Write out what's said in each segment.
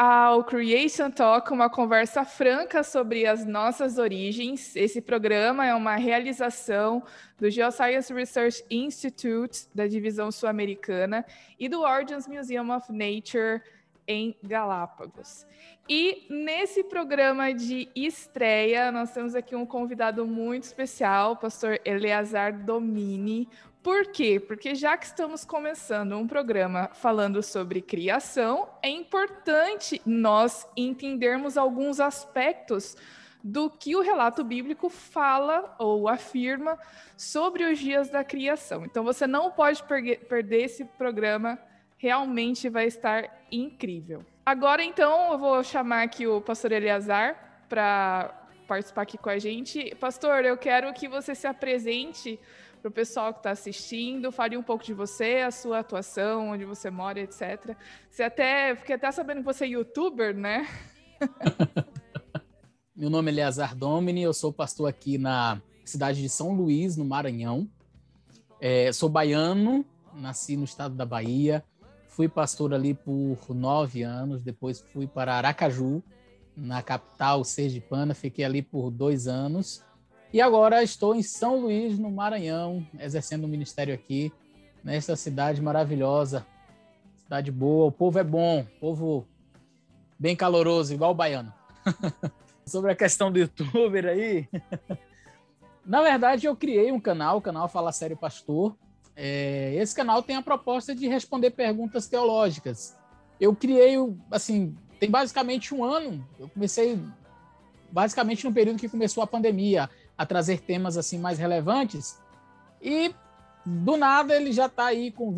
ao Creation Talk, uma conversa franca sobre as nossas origens. Esse programa é uma realização do Geoscience Research Institute, da divisão sul-americana, e do Origins Museum of Nature, em Galápagos. E nesse programa de estreia, nós temos aqui um convidado muito especial, o pastor Eleazar Domini. Por quê? Porque já que estamos começando um programa falando sobre criação, é importante nós entendermos alguns aspectos do que o relato bíblico fala ou afirma sobre os dias da criação. Então você não pode perder esse programa, realmente vai estar incrível. Agora, então, eu vou chamar aqui o pastor Eleazar para participar aqui com a gente. Pastor, eu quero que você se apresente para o pessoal que está assistindo, fale um pouco de você, a sua atuação, onde você mora, etc. Fiquei até sabendo que você é youtuber, né? Meu nome é Eleazar Domini, eu sou pastor aqui na cidade de São Luís, no Maranhão. Sou baiano, nasci no estado da Bahia, fui pastor ali por 9 anos, depois fui para Aracaju, na capital sergipana, fiquei ali por 2 anos. E agora estou em São Luís, no Maranhão, exercendo o ministério aqui, nesta cidade maravilhosa, cidade boa, o povo é bom, povo bem caloroso, igual o baiano. Sobre a questão do youtuber aí, na verdade eu criei um canal, o canal Fala Sério Pastor. Esse canal tem a proposta de responder perguntas teológicas. Eu criei, assim, tem basicamente 1 ano, eu comecei basicamente no período que começou a pandemia, a trazer temas assim mais relevantes, e do nada ele já está aí com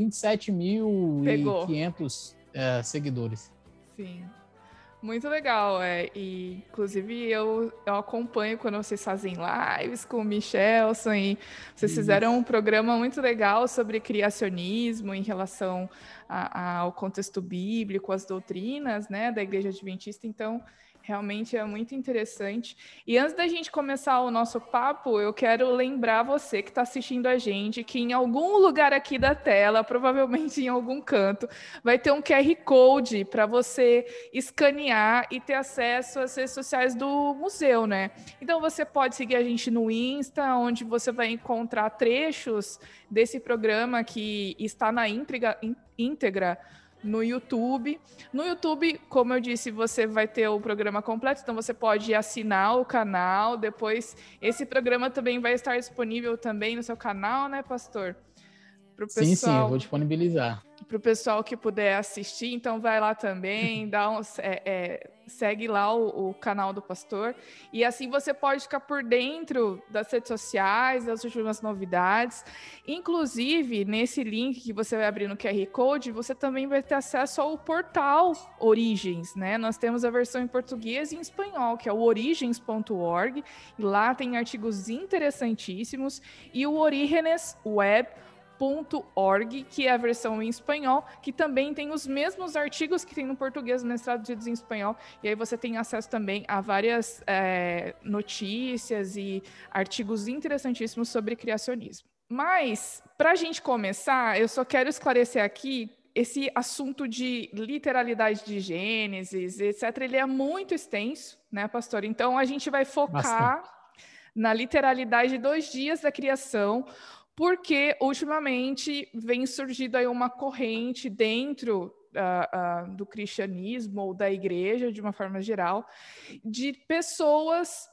27.500 seguidores. Sim, muito legal. E, inclusive eu acompanho quando vocês fazem lives com o Michelson, e vocês fizeram um programa muito legal sobre criacionismo em relação ao contexto bíblico, às doutrinas, né, da Igreja Adventista. Então, realmente é muito interessante. E antes da gente começar o nosso papo, eu quero lembrar você que está assistindo a gente que em algum lugar aqui da tela, provavelmente em algum canto, vai ter um QR Code para você escanear e ter acesso às redes sociais do museu, né? Então você pode seguir a gente no Insta, onde você vai encontrar trechos desse programa que está na íntegra no YouTube. No YouTube, como eu disse, você vai ter o programa completo, então você pode assinar o canal. Depois, esse programa também vai estar disponível também no seu canal, né, pastor? Pro pessoal, sim, eu vou disponibilizar. Para o pessoal que puder assistir, então vai lá também, segue lá o canal do pastor, e assim você pode ficar por dentro das redes sociais, das últimas novidades. Inclusive, nesse link que você vai abrir no QR Code, você também vai ter acesso ao portal Origens, né? Nós temos a versão em português e em espanhol, que é o origens.org, e lá tem artigos interessantíssimos, e o Orígenes Web .org, que é a versão em espanhol, que também tem os mesmos artigos que tem no português, mas traduzidos em espanhol, e aí você tem acesso também a várias notícias e artigos interessantíssimos sobre criacionismo. Mas, para a gente começar, eu só quero esclarecer aqui esse assunto de literalidade de Gênesis, etc., ele é muito extenso, né, pastor? Então, a gente vai focar na literalidade dos dias da criação, porque ultimamente vem surgindo aí uma corrente dentro do cristianismo ou da igreja, de uma forma geral, de pessoas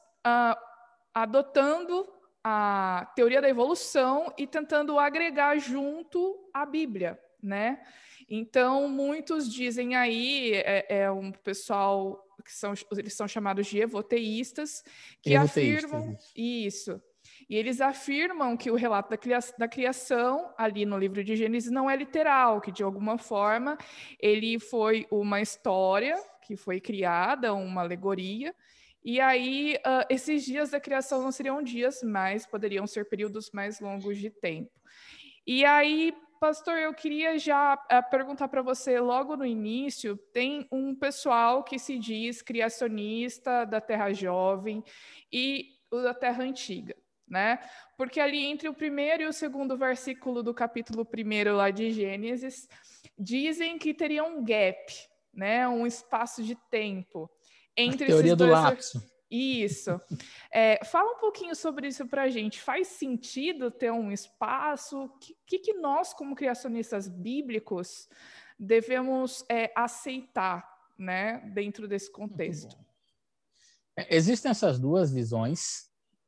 adotando a teoria da evolução e tentando agregar junto à Bíblia, né? Então, muitos dizem aí, um pessoal eles são chamados de evoteístas, que afirmam isso. E eles afirmam que o relato da criação, ali no livro de Gênesis, não é literal, que de alguma forma ele foi uma história que foi criada, uma alegoria, e aí esses dias da criação não seriam dias, mas poderiam ser períodos mais longos de tempo. E aí, pastor, eu queria já perguntar para você, logo no início, tem um pessoal que se diz criacionista da Terra Jovem e da Terra Antiga, né? Porque ali entre o primeiro e o segundo versículo do capítulo 1 lá de Gênesis, dizem que teria um gap, né? Um espaço de tempo entre A teoria esses do dois. lapso. Isso. Fala um pouquinho sobre isso para a gente. Faz sentido ter um espaço? O que nós, como criacionistas bíblicos, devemos aceitar, né, dentro desse contexto? Existem essas duas visões.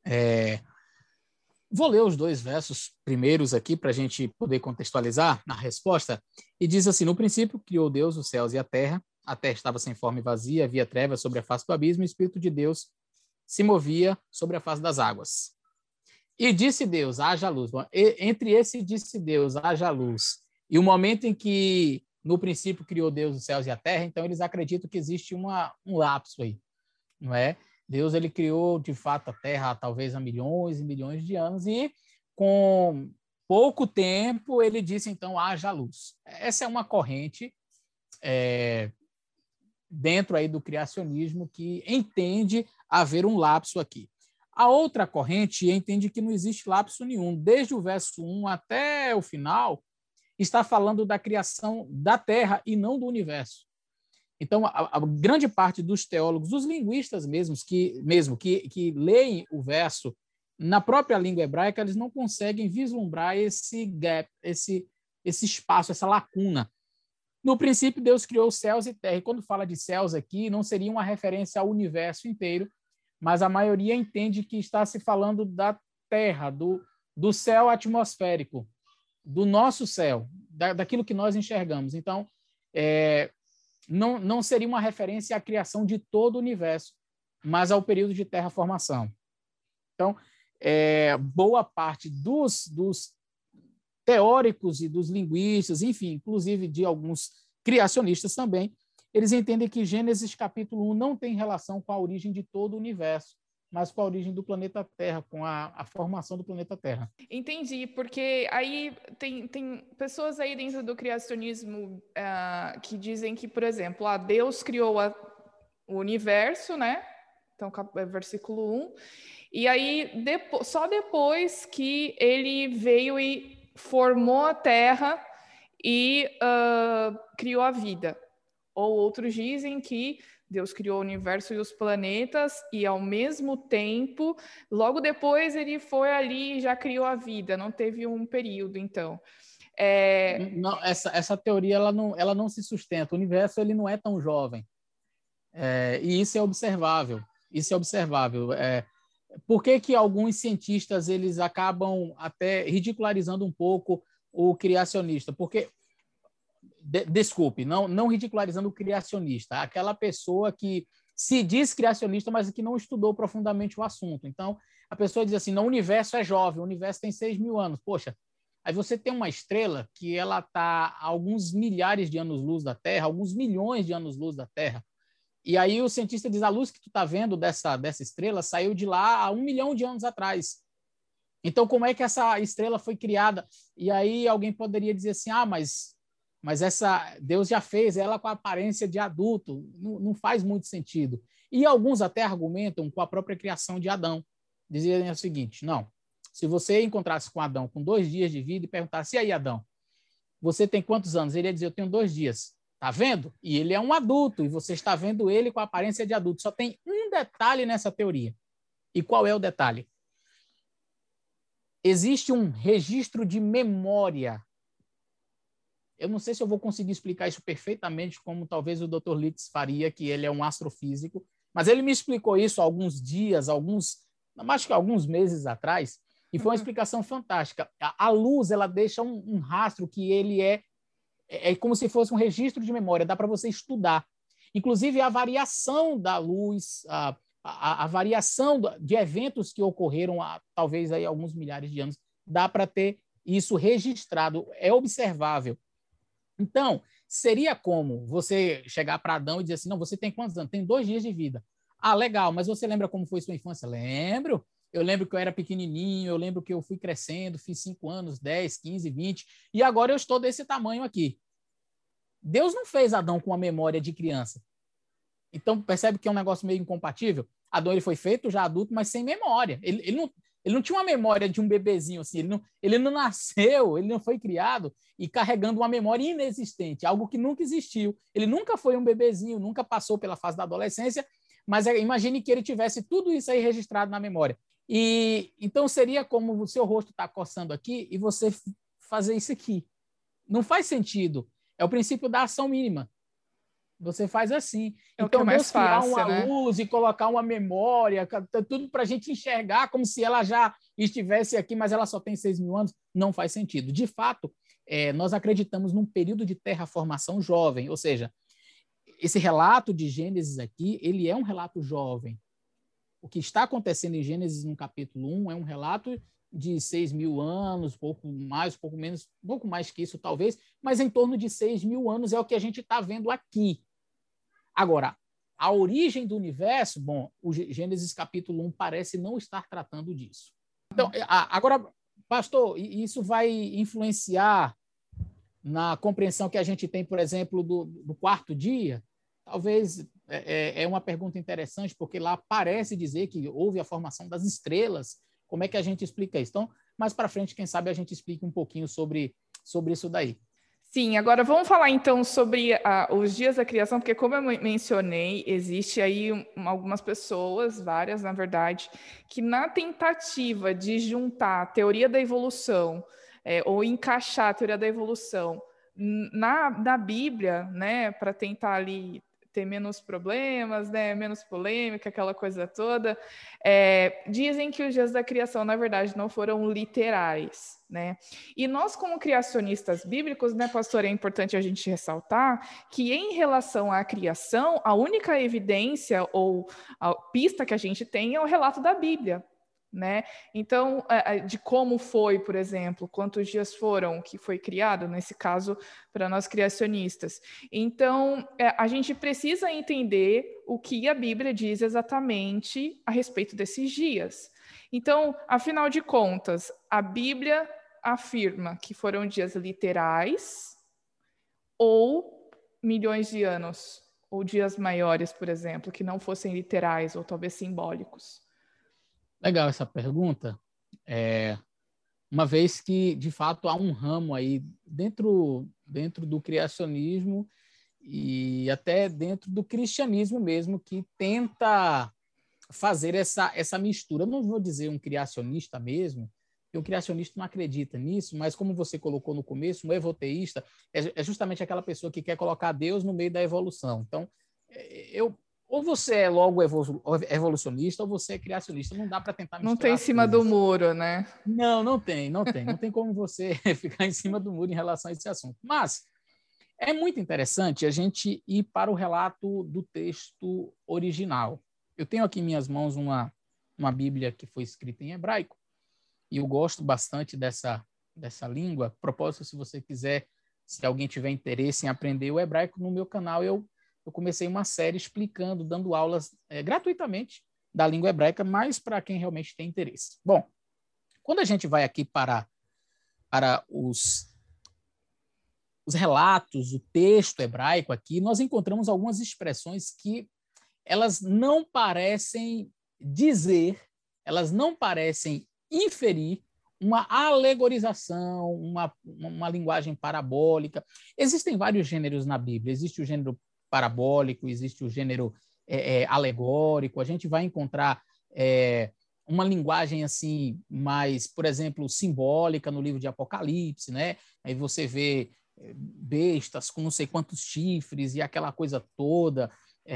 Vou ler os 2 versos primeiros aqui para a gente poder contextualizar na resposta. E diz assim: no princípio criou Deus os céus e a terra estava sem forma e vazia, havia trevas sobre a face do abismo, e o Espírito de Deus se movia sobre a face das águas. E disse Deus, haja luz. Entre esse disse Deus, haja luz, e o momento em que no princípio criou Deus os céus e a terra, então eles acreditam que existe um lapso aí, não é? Deus, ele criou de fato a terra talvez há milhões e milhões de anos, e com pouco tempo ele disse então haja luz. Essa é uma corrente dentro aí do criacionismo que entende haver um lapso aqui. A outra corrente entende que não existe lapso nenhum. Desde o verso 1 até o final, está falando da criação da Terra e não do universo. Então, a grande parte dos teólogos, dos linguistas mesmos, que leem o verso na própria língua hebraica, eles não conseguem vislumbrar esse gap, esse espaço, essa lacuna. No princípio, Deus criou céus e terra. E quando fala de céus aqui, não seria uma referência ao universo inteiro, mas a maioria entende que está se falando da terra, do céu atmosférico, do nosso céu, daquilo que nós enxergamos. Então, não seria uma referência à criação de todo o universo, mas ao período de terraformação. Então, boa parte dos teóricos e dos linguistas, enfim, inclusive de alguns criacionistas também, eles entendem que Gênesis capítulo 1 não tem relação com a origem de todo o universo, mas com a origem do planeta Terra, com a formação do planeta Terra. Entendi, porque aí tem pessoas aí dentro do criacionismo que dizem que, por exemplo, Deus criou o universo, né? Então, versículo 1, e aí só depois que ele veio e formou a Terra e criou a vida. Ou outros dizem que Deus criou o universo e os planetas e, ao mesmo tempo, logo depois ele foi ali e já criou a vida. Não teve um período, então. Não, essa teoria ela não se sustenta. O universo ele não é tão jovem. E isso é observável. Isso é observável. Por que alguns cientistas eles acabam até ridicularizando um pouco o criacionista? Porque desculpe, não ridicularizando o criacionista, aquela pessoa que se diz criacionista, mas que não estudou profundamente o assunto. Então, a pessoa diz assim, não, o universo é jovem, o universo tem 6.000 anos. Poxa, aí você tem uma estrela que ela está a alguns milhares de anos-luz da Terra, alguns milhões de anos-luz da Terra, e aí o cientista diz, a luz que tu está vendo dessa estrela saiu de lá há 1 milhão de anos atrás. Então, como é que essa estrela foi criada? E aí alguém poderia dizer assim, mas Deus já fez ela com a aparência de adulto, não faz muito sentido. E alguns até argumentam com a própria criação de Adão. Dizem o seguinte, não, se você encontrasse com Adão com 2 dias de vida e perguntasse, e aí, Adão, você tem quantos anos? Ele ia dizer, eu tenho 2 dias. Tá vendo? E ele é um adulto, e você está vendo ele com a aparência de adulto. Só tem um detalhe nessa teoria. E qual é o detalhe? Existe um registro de memória. Eu não sei se eu vou conseguir explicar isso perfeitamente, como talvez o Dr. Litz faria, que ele é um astrofísico, mas ele me explicou isso há alguns dias, acho que alguns meses atrás, e foi uma explicação fantástica. A luz, ela deixa um rastro que ele é como se fosse um registro de memória, dá para você estudar. Inclusive, a variação da luz, a variação de eventos que ocorreram há talvez aí alguns milhares de anos, dá para ter isso registrado, é observável. Então, seria como você chegar para Adão e dizer assim, não, você tem quantos anos? Tem 2 dias de vida. Ah, legal, mas você lembra como foi sua infância? Lembro. Eu lembro que eu era pequenininho, eu lembro que eu fui crescendo, fiz 5 anos, 10, 15, 20, e agora eu estou desse tamanho aqui. Deus não fez Adão com uma memória de criança. Então, percebe que é um negócio meio incompatível? Adão ele foi feito já adulto, mas sem memória. Ele não, Ele não tinha uma memória de um bebezinho, assim, ele não nasceu, ele não foi criado e carregando uma memória inexistente, algo que nunca existiu. Ele nunca foi um bebezinho, nunca passou pela fase da adolescência, mas imagine que ele tivesse tudo isso aí registrado na memória. E então seria como o seu rosto está coçando aqui e você fazer isso aqui. Não faz sentido. É o princípio da ação mínima. Você faz assim. É então, Deus criar fácil, uma né? luz e colocar uma memória, tudo para a gente enxergar como se ela já estivesse aqui, mas ela só tem 6.000 anos, não faz sentido. De fato, nós acreditamos num período de terraformação jovem, ou seja, esse relato de Gênesis aqui, ele é um relato jovem. O que está acontecendo em Gênesis no capítulo 1 é um relato de 6.000 anos, pouco mais, pouco menos, pouco mais que isso talvez, mas em torno de 6.000 anos é o que a gente está vendo aqui. Agora, a origem do universo, bom, o Gênesis capítulo 1 parece não estar tratando disso. Então, agora, pastor, isso vai influenciar na compreensão que a gente tem, por exemplo, do quarto dia? Talvez é uma pergunta interessante, porque lá parece dizer que houve a formação das estrelas. Como é que a gente explica isso? Então, mais para frente, quem sabe a gente explique um pouquinho sobre isso daí. Sim, agora vamos falar então sobre os dias da criação, porque como eu mencionei, existe aí algumas pessoas, várias na verdade, que na tentativa de juntar a teoria da evolução, ou encaixar a teoria da evolução na Bíblia, né, para tentar ali ter menos problemas, né, menos polêmica, aquela coisa toda, dizem que os dias da criação, na verdade, não foram literais, né? E nós, como criacionistas bíblicos, né, pastor, é importante a gente ressaltar que, em relação à criação, a única evidência ou a pista que a gente tem é o relato da Bíblia, né? Então, de como foi, por exemplo, quantos dias foram que foi criado, nesse caso, para nós criacionistas. Então, a gente precisa entender o que a Bíblia diz exatamente a respeito desses dias. Então, afinal de contas, a Bíblia afirma que foram dias literais ou milhões de anos, ou dias maiores, por exemplo, que não fossem literais ou talvez simbólicos. Legal essa pergunta, uma vez que, de fato, há um ramo aí dentro do criacionismo e até dentro do cristianismo mesmo, que tenta fazer essa mistura. Eu não vou dizer um criacionista mesmo, porque o criacionista não acredita nisso, mas como você colocou no começo, um evoteísta é justamente aquela pessoa que quer colocar Deus no meio da evolução. Então, ou você é logo evolucionista ou você é criacionista. Não dá para tentar misturar. Não tem em cima do muro, né? Não tem. Não tem como você ficar em cima do muro em relação a esse assunto. Mas é muito interessante a gente ir para o relato do texto original. Eu tenho aqui em minhas mãos uma Bíblia que foi escrita em hebraico e eu gosto bastante dessa língua. A propósito, se você quiser, se alguém tiver interesse em aprender o hebraico, no meu canal eu comecei uma série explicando, dando aulas gratuitamente da língua hebraica, mas para quem realmente tem interesse. Bom, quando a gente vai aqui para os relatos, o texto hebraico aqui, nós encontramos algumas expressões que elas não parecem dizer, elas não parecem inferir uma alegorização, uma linguagem parabólica. Existem vários gêneros na Bíblia. Existe o gênero parabólico, existe o gênero alegórico. A gente vai encontrar uma linguagem assim mais, por exemplo, simbólica no livro de Apocalipse, né? Aí você vê bestas com não sei quantos chifres e aquela coisa toda,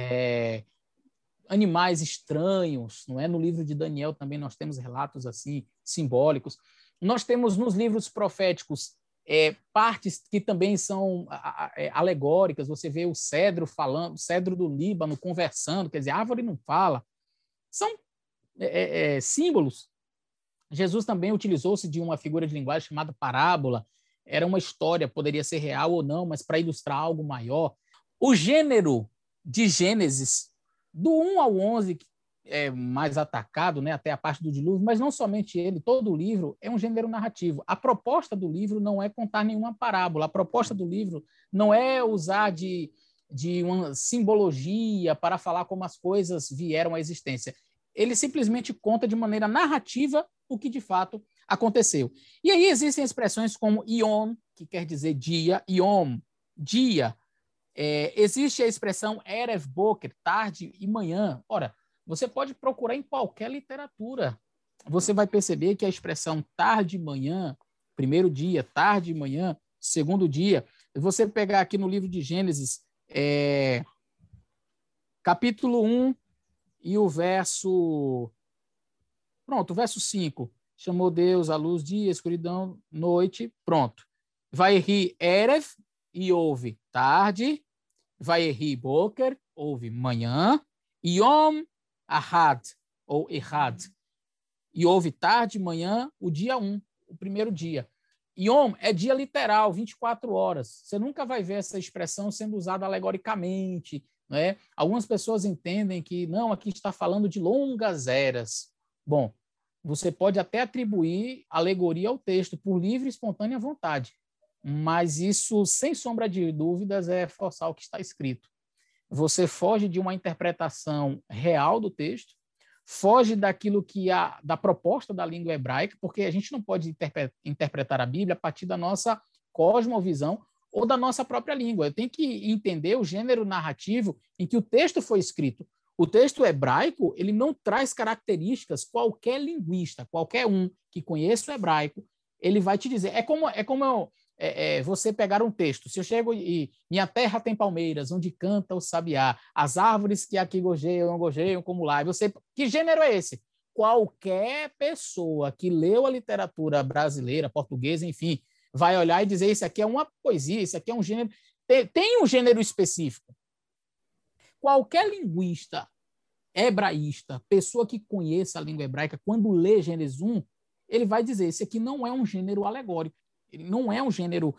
animais estranhos, não é? No livro de Daniel também nós temos relatos assim simbólicos. Nós temos nos livros proféticos partes que também são alegóricas. Você vê o cedro falando, o cedro do Líbano conversando, quer dizer, a árvore não fala. São símbolos. Jesus também utilizou-se de uma figura de linguagem chamada parábola. Era uma história, poderia ser real ou não, mas para ilustrar algo maior. O gênero de Gênesis, do 1 ao 11, que é mais atacado, né, até a parte do dilúvio, mas não somente ele, todo o livro é um gênero narrativo. A proposta do livro não é contar nenhuma parábola, a proposta do livro não é usar de uma simbologia para falar como as coisas vieram à existência. ele simplesmente conta de maneira narrativa o que de fato aconteceu. E aí existem expressões como Yom, que quer dizer dia, Yom, dia. Existe a expressão Erev Boker, tarde e manhã. Ora, você pode procurar em qualquer literatura. Você vai perceber que a expressão tarde e manhã, primeiro dia, tarde e manhã, segundo dia, você pegar aqui no livro de Gênesis, capítulo 1 e o verso... Pronto, o verso 5. Chamou Deus a luz, dia, escuridão, noite, pronto. Vai rir Erev, e houve tarde. Vai rir Boker, houve manhã. Yom Ahad, ou Ehad. E houve tarde, manhã, o dia 1, o primeiro dia. Yom é dia literal, 24 horas. Você nunca vai ver essa expressão sendo usada alegoricamente, né? Algumas pessoas entendem que, não, aqui está falando de longas eras. Bom, você pode até atribuir alegoria ao texto por livre e espontânea vontade, mas isso, sem sombra de dúvidas, é forçar o que está escrito. Você foge de uma interpretação real do texto, foge daquilo que da proposta da língua hebraica, porque a gente não pode interpretar a Bíblia a partir da nossa cosmovisão ou da nossa própria língua. Eu tenho que entender o gênero narrativo em que o texto foi escrito. O texto hebraico, ele não traz características, qualquer linguista, qualquer um que conheça o hebraico, ele vai te dizer. É como você pegar um texto. Se eu chego e minha terra tem palmeiras, onde canta o sabiá, as árvores que aqui gojeiam como lá. Que gênero é esse? Qualquer pessoa que leu a literatura brasileira, portuguesa, enfim, vai olhar e dizer, isso aqui é uma poesia, isso aqui é um gênero... Tem um gênero específico. Qualquer linguista hebraísta, pessoa que conheça a língua hebraica, quando lê Gênesis 1, ele vai dizer, esse aqui não é um gênero alegórico, ele não é um gênero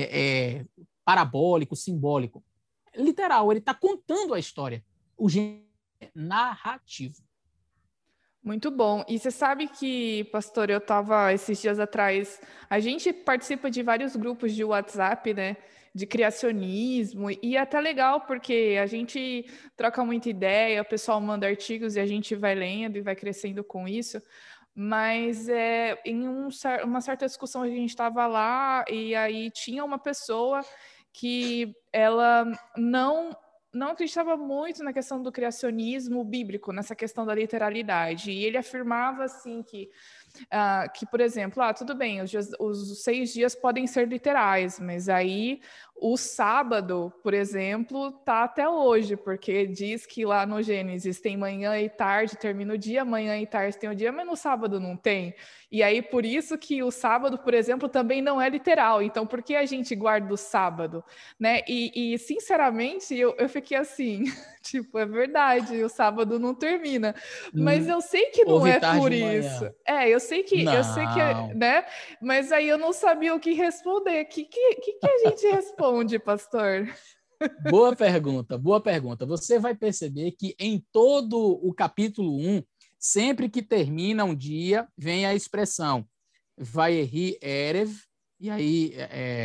parabólico, simbólico. Literal, ele está contando a história. O gênero é narrativo. Muito bom. E você sabe que, pastor, eu estava esses dias atrás, a gente participa de vários grupos de WhatsApp, né, de criacionismo, e é até legal porque a gente troca muita ideia, o pessoal manda artigos e a gente vai lendo e vai crescendo com isso. Mas em uma certa discussão a gente estava lá e aí tinha uma pessoa que ela não acreditava muito na questão do criacionismo bíblico, nessa questão da literalidade. E ele afirmava assim que por exemplo, tudo bem, os 6 dias podem ser literais, mas aí o sábado, por exemplo, tá até hoje, porque diz que lá no Gênesis tem manhã e tarde, termina o dia, manhã e tarde tem o dia, mas no sábado não tem. E aí, por isso que o sábado, por exemplo, também não é literal. Então, por que a gente guarda o sábado? Né? E sinceramente, eu fiquei assim, tipo, é verdade, o sábado não termina. Mas eu sei que não Houve é tarde por de isso. manhã. Eu sei que, Não. né? Mas aí eu não sabia o que responder. O que a gente responde, pastor? Boa pergunta, boa pergunta. Você vai perceber que em todo o capítulo 1, sempre que termina um dia, vem a expressão Vayehi Erev, e aí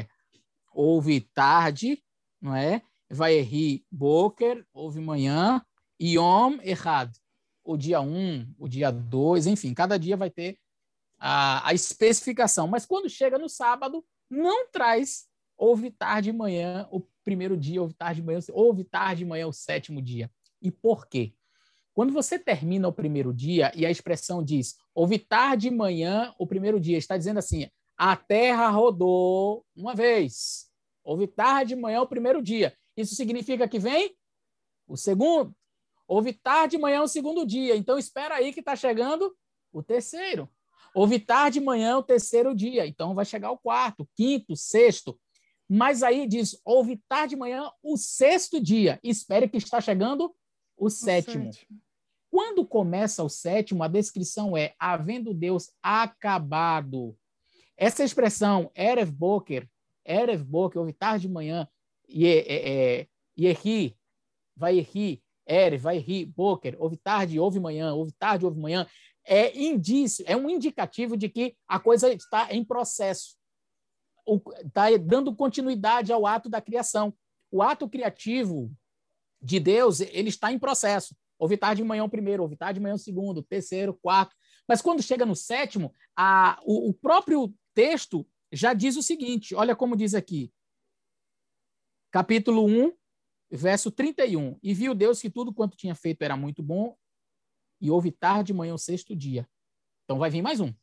houve tarde, não é? Vayehi Boker, houve manhã, Yom Echad, o dia 1, o dia 2, enfim, cada dia vai ter a especificação. Mas quando chega no sábado, não traz houve tarde e manhã o primeiro dia, houve tarde de manhã, houve tarde de manhã o 7º dia. E por quê? Quando você termina o primeiro dia e a expressão diz houve tarde e manhã o primeiro dia, está dizendo assim, a terra rodou uma vez. Houve tarde e manhã o primeiro dia. Isso significa que vem o segundo. Houve tarde e manhã o segundo dia. Então espera aí que está chegando o terceiro. Houve tarde e manhã o terceiro dia. Então vai chegar o quarto, quinto, sexto. Mas aí diz, houve tarde e manhã o 6º dia. Espere que está chegando o 7º. Quando começa o 7º, a descrição é havendo Deus acabado. Essa expressão, Erev Boker, houve tarde de manhã, Yehi, Vayehi, Erev, Vayehi, Boker, houve tarde, houve manhã, é indício, é um indicativo de que a coisa está em processo. Está dando continuidade ao ato da criação. O ato criativo de Deus, ele está em processo. Houve tarde de manhã o primeiro, houve tarde de manhã o segundo, terceiro, quarto. Mas quando chega no sétimo, o próprio texto já diz o seguinte, olha como diz aqui, capítulo 1, verso 31. E viu Deus que tudo quanto tinha feito era muito bom, e houve tarde de manhã o sexto dia. Então vai vir mais um.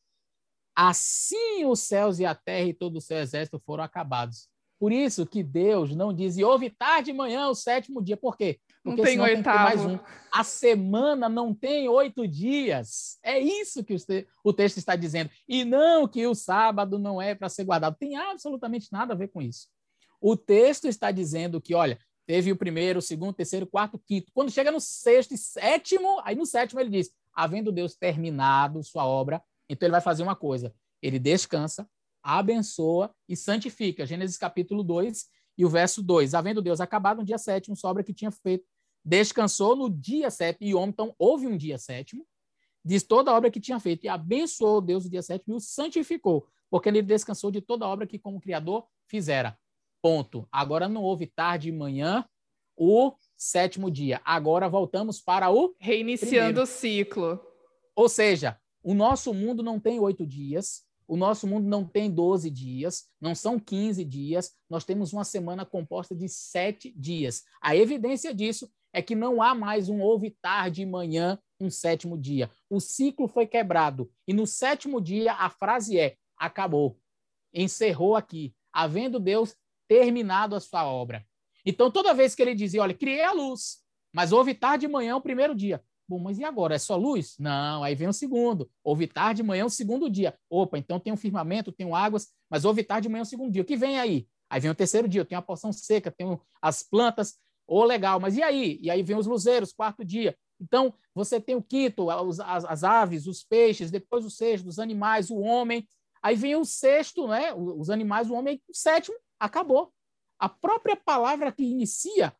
Assim os céus e a terra e todo o seu exército foram acabados. Por isso que Deus não diz, e houve tarde de manhã o sétimo dia. Por quê? Não Porque tem senão tem que ter mais oitavo. um. A semana não tem 8 dias. É isso que o texto está dizendo. E não que o sábado não é para ser guardado. Tem absolutamente nada a ver com isso. O texto está dizendo que, olha, teve o primeiro, o segundo, o terceiro, o quarto, o quinto. Quando chega no sexto e sétimo, aí no sétimo ele diz, havendo Deus terminado sua obra, então ele vai fazer uma coisa. Ele descansa, abençoa e santifica. Gênesis capítulo 2 e o verso 2. Havendo Deus acabado no dia sétimo, sua obra que tinha feito, descansou no dia sétimo, e homem, então houve um dia sétimo, diz toda a obra que tinha feito, e abençoou Deus o dia sétimo e o santificou, porque ele descansou de toda a obra que como Criador fizera. Ponto. Agora não houve tarde e manhã, o sétimo dia. Agora voltamos para o Reiniciando primeiro. o ciclo. Ou seja, o nosso mundo não tem 8 dias, o nosso mundo não tem 12 dias, não são 15 dias, nós temos uma semana composta de 7 dias. A evidência disso é que não há mais um houve tarde e manhã, um sétimo dia. O ciclo foi quebrado. E no sétimo dia, a frase é, acabou. Encerrou aqui, havendo Deus terminado a sua obra. Então, toda vez que ele dizia, olha, criei a luz, mas houve tarde e manhã o primeiro dia. Bom, mas e agora? É só luz? Não, aí vem o segundo. Houve tarde e manhã o segundo dia. Opa, então tem um firmamento, tem águas, mas houve tarde e manhã o segundo dia. O que vem aí? Aí vem o terceiro dia, tem uma porção seca, tem as plantas, legal, mas e aí? E aí vem os luzeiros, quarto dia. Então, você tem o quinto, as aves, os peixes, depois o sexto, os animais, o homem. Aí vem o sexto, né? Os animais, o homem, o sétimo, acabou. A própria palavra que inicia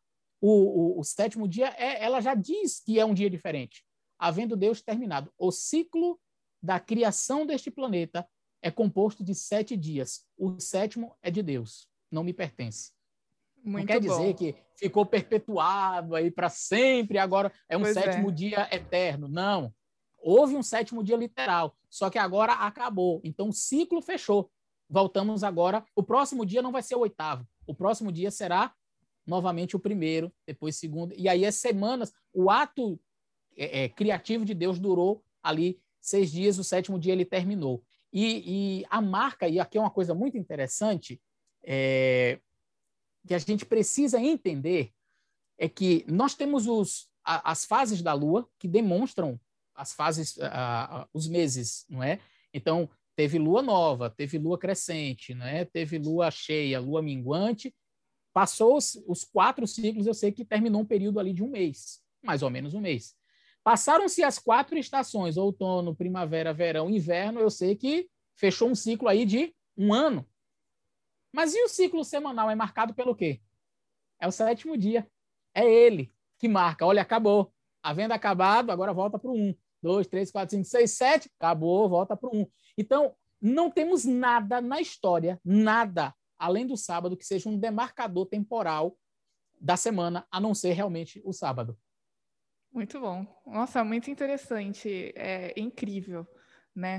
o sétimo dia, ela já diz que é um dia diferente. Havendo Deus terminado. O ciclo da criação deste planeta é composto de 7 dias. O sétimo é de Deus, não me pertence. Não Muito quer dizer bom. que ficou perpetuado aí para sempre, agora é um Pois sétimo é. dia eterno. Não. Houve um sétimo dia literal, só que agora acabou. Então o ciclo fechou. Voltamos agora. O próximo dia não vai ser o oitavo. O próximo dia será novamente o primeiro, depois o segundo. E aí as semanas, o ato criativo de Deus durou ali 6 dias, o sétimo dia ele terminou. E a marca, e aqui é uma coisa muito interessante, que a gente precisa entender, é que nós temos as fases da Lua que demonstram as fases, os meses, não é? Então, teve lua nova, teve lua crescente, né? Teve lua cheia, lua minguante. Passou os 4 ciclos, eu sei que terminou um período ali de um mês, mais ou menos um mês. Passaram-se as 4 estações, outono, primavera, verão, inverno, eu sei que fechou um ciclo aí de um ano. Mas e o ciclo semanal é marcado pelo quê? É o sétimo dia. É ele que marca. Olha, acabou. Havendo acabado, agora volta para o 1. 2, 3, 4, 5, 6, 7. Acabou, volta para o 1. Então, não temos nada na história, nada, além do sábado, que seja um demarcador temporal da semana, a não ser realmente o sábado. Muito bom. Nossa, muito interessante. É incrível, né?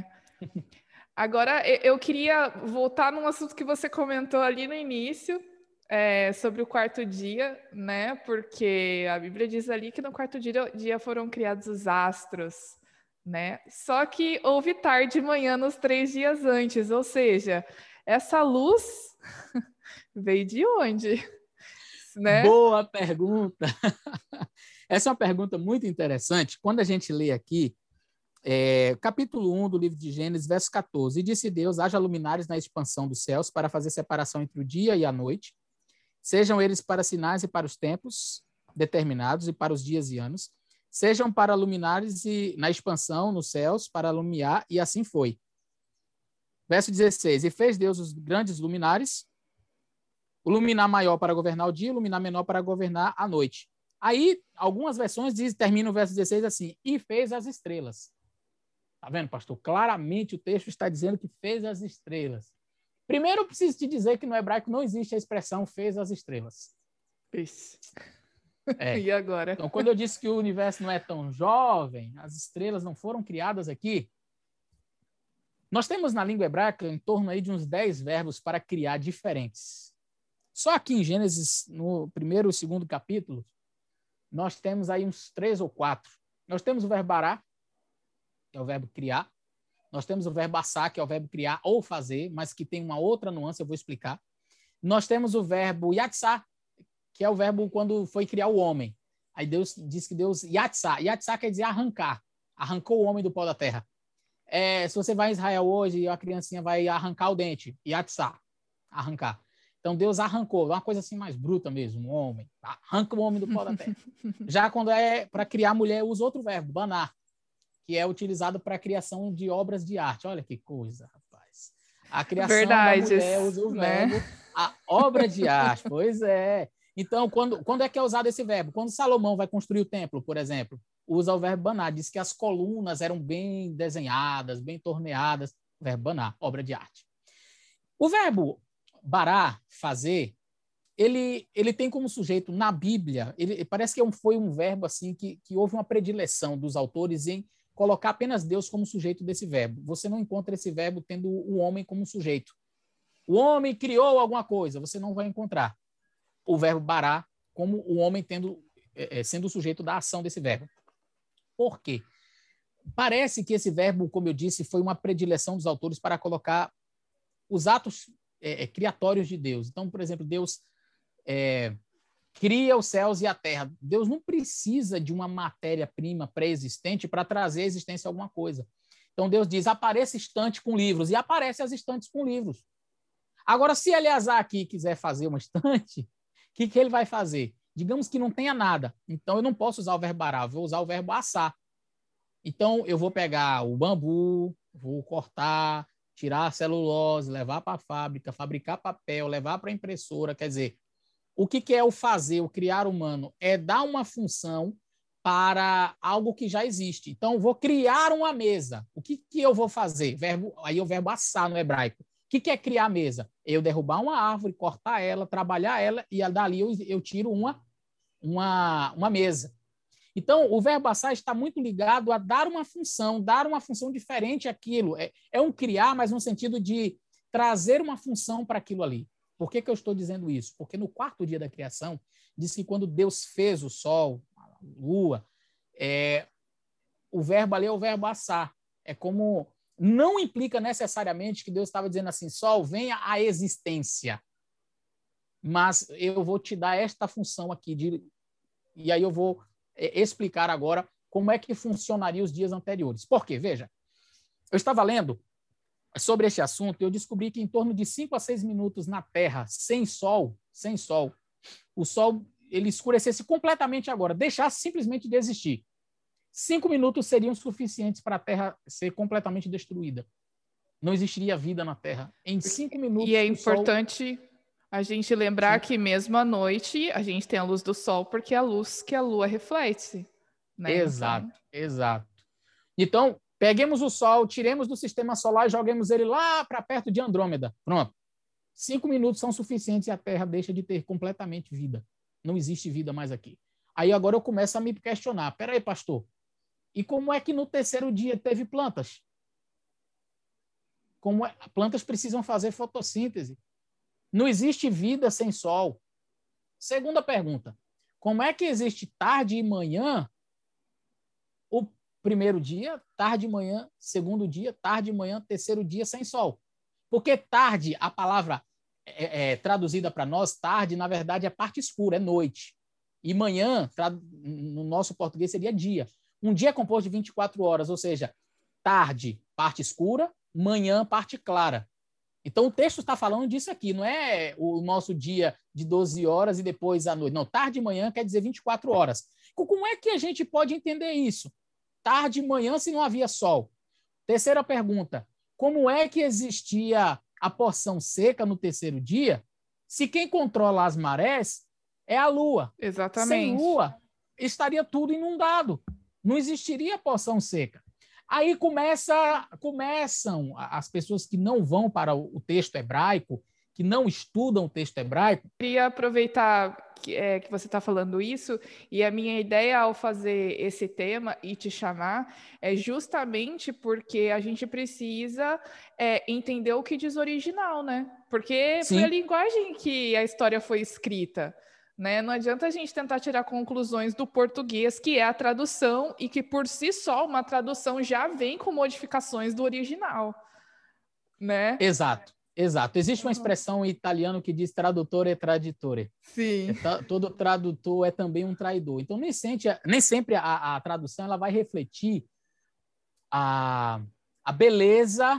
Agora, eu queria voltar num assunto que você comentou ali no início, sobre o quarto dia, né? Porque a Bíblia diz ali que no quarto dia foram criados os astros, né? Só que houve tarde e manhã nos 3 dias antes, ou seja, essa luz veio de onde, né? Boa pergunta. Essa é uma pergunta muito interessante. Quando a gente lê aqui, capítulo 1 do livro de Gênesis, verso 14, e disse Deus, haja luminares na expansão dos céus para fazer separação entre o dia e a noite, sejam eles para sinais e para os tempos determinados e para os dias e anos, sejam para luminares e na expansão nos céus para alumiar, e assim foi. Verso 16, e fez Deus os grandes luminares, o luminar maior para governar o dia, o luminar menor para governar a noite. Aí, algumas versões terminam o verso 16 assim, e fez as estrelas. Tá vendo, pastor? Claramente o texto está dizendo que fez as estrelas. Primeiro, eu preciso te dizer que no hebraico não existe a expressão fez as estrelas. Isso. E agora? Então, quando eu disse que o universo não é tão jovem, as estrelas não foram criadas aqui, nós temos na língua hebraica em torno aí de uns 10 verbos para criar diferentes. Só aqui em Gênesis, no primeiro e segundo capítulo, nós temos aí uns 3 ou 4. Nós temos o verbo bará, que é o verbo criar. Nós temos o verbo assar, que é o verbo criar ou fazer, mas que tem uma outra nuance, eu vou explicar. Nós temos o verbo yatsá, que é o verbo quando foi criar o homem. Aí Deus diz que Deus yatsá. Yatsá quer dizer arrancar. Arrancou o homem do pó da terra. Se você vai em Israel hoje e a criancinha vai arrancar o dente, yatsá, arrancar. Então Deus arrancou, uma coisa assim mais bruta mesmo, um homem, arranca o homem do pó da terra. Já quando é para criar mulher, usa outro verbo, banar, que é utilizado para a criação de obras de arte. Olha que coisa, rapaz. A criação da mulher usa o verbo, né? A obra de arte, pois é. Então, quando é que é usado esse verbo? Quando Salomão vai construir o templo, por exemplo, usa o verbo banar, diz que as colunas eram bem desenhadas, bem torneadas, o verbo banar, obra de arte. O verbo bará, fazer, ele tem como sujeito na Bíblia, parece que foi um verbo assim que houve uma predileção dos autores em colocar apenas Deus como sujeito desse verbo. Você não encontra esse verbo tendo o homem como sujeito. O homem criou alguma coisa, você não vai encontrar o verbo bará como o homem sendo o sujeito da ação desse verbo. Por quê? Parece que esse verbo, como eu disse, foi uma predileção dos autores para colocar os atos criatórios de Deus. Então, por exemplo, Deus cria os céus e a terra. Deus não precisa de uma matéria-prima pré-existente para trazer à existência alguma coisa. Então, Deus diz, apareça estante com livros, e aparece as estantes com livros. Agora, se Eleazar aqui quiser fazer uma estante, o que ele vai fazer? Digamos que não tenha nada. Então, eu não posso usar o verbo bará, vou usar o verbo assar. Então, eu vou pegar o bambu, vou cortar, tirar a celulose, levar para a fábrica, fabricar papel, levar para a impressora. Quer dizer, o que é o fazer, o criar humano? É dar uma função para algo que já existe. Então, vou criar uma mesa. O que eu vou fazer? Aí é o verbo assar no hebraico. O que é criar a mesa? Eu derrubar uma árvore, cortar ela, trabalhar ela, e dali eu tiro uma mesa. Então, o verbo assar está muito ligado a dar uma função diferente àquilo. É um criar, mas no sentido de trazer uma função para aquilo ali. Por que eu estou dizendo isso? Porque no quarto dia da criação, diz que quando Deus fez o sol, a lua, o verbo ali é o verbo assar. É como... Não implica necessariamente que Deus estava dizendo assim, sol, venha à existência. Mas eu vou te dar esta função aqui. E aí eu vou explicar agora como é que funcionaria os dias anteriores. Por quê? Veja, eu estava lendo sobre este assunto e eu descobri que em torno de 5 a 6 minutos na Terra, sem sol, o sol ele escurecesse completamente agora, deixasse simplesmente de existir. 5 minutos seriam suficientes para a Terra ser completamente destruída. Não existiria vida na Terra. Em 5 minutos... E é importante a gente lembrar que mesmo à noite a gente tem a luz do sol porque é a luz que a lua reflete. Né? Exato, exato. Então, peguemos o sol, tiremos do sistema solar e joguemos ele lá para perto de Andrômeda. Pronto. 5 minutos são suficientes e a Terra deixa de ter completamente vida. Não existe vida mais aqui. Aí agora eu começo a me questionar. Peraí, pastor. E como é que no terceiro dia teve plantas? Plantas precisam fazer fotossíntese. Não existe vida sem sol. Segunda pergunta. Como é que existe tarde e manhã? O primeiro dia, tarde e manhã, segundo dia, tarde e manhã, terceiro dia sem sol. Porque tarde, a palavra traduzida para nós, tarde, na verdade, é parte escura, é noite. E manhã, no nosso português, seria dia. Um dia é composto de 24 horas, ou seja, tarde, parte escura, manhã, parte clara. Então, o texto está falando disso aqui, não é o nosso dia de 12 horas e depois à noite. Não, tarde e manhã quer dizer 24 horas. Como é que a gente pode entender isso? Tarde e manhã se não havia sol. Terceira pergunta, como é que existia a porção seca no terceiro dia se quem controla as marés é a lua? Exatamente. Sem lua, estaria tudo inundado. Não existiria porção seca. Aí começam as pessoas que não vão para o texto hebraico, que não estudam o texto hebraico. Queria aproveitar que você está falando isso, e a minha ideia ao fazer esse tema e te chamar é justamente porque a gente precisa entender o que diz o original, né? Porque foi a Sim, linguagem que a história foi escrita. Né? Não adianta a gente tentar tirar conclusões do português, que é a tradução, e que por si só uma tradução já vem com modificações do original, né? exato, exato. Existe uma Uhum. expressão em italiano que diz traduttore e traditore. Sim. Todo tradutor é também um traidor. Então, nem sempre a tradução ela vai refletir a beleza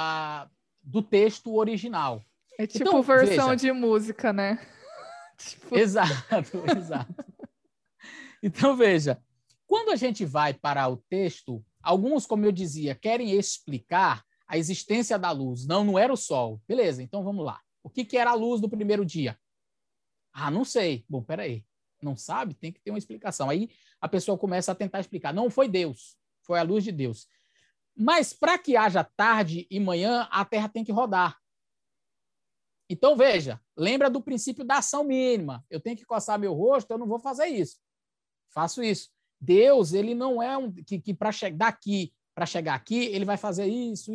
do texto original. É tipo Então, versão veja. de música, né? Tipo... Exato, exato. Então, veja. Quando a gente vai para o texto, alguns, como eu dizia, querem explicar a existência da luz. Não, não era o sol. Beleza, então vamos lá. O que era a luz do primeiro dia? Ah, não sei. Bom, peraí. Não sabe? Tem que ter uma explicação. Aí a pessoa começa a tentar explicar. Não foi Deus, foi a luz de Deus. Mas para que haja tarde e manhã, a Terra tem que rodar. Então, veja, lembra do princípio da ação mínima. Eu tenho que coçar meu rosto, eu não vou fazer isso. Faço isso. Deus, ele não é que para chegar aqui, ele vai fazer isso,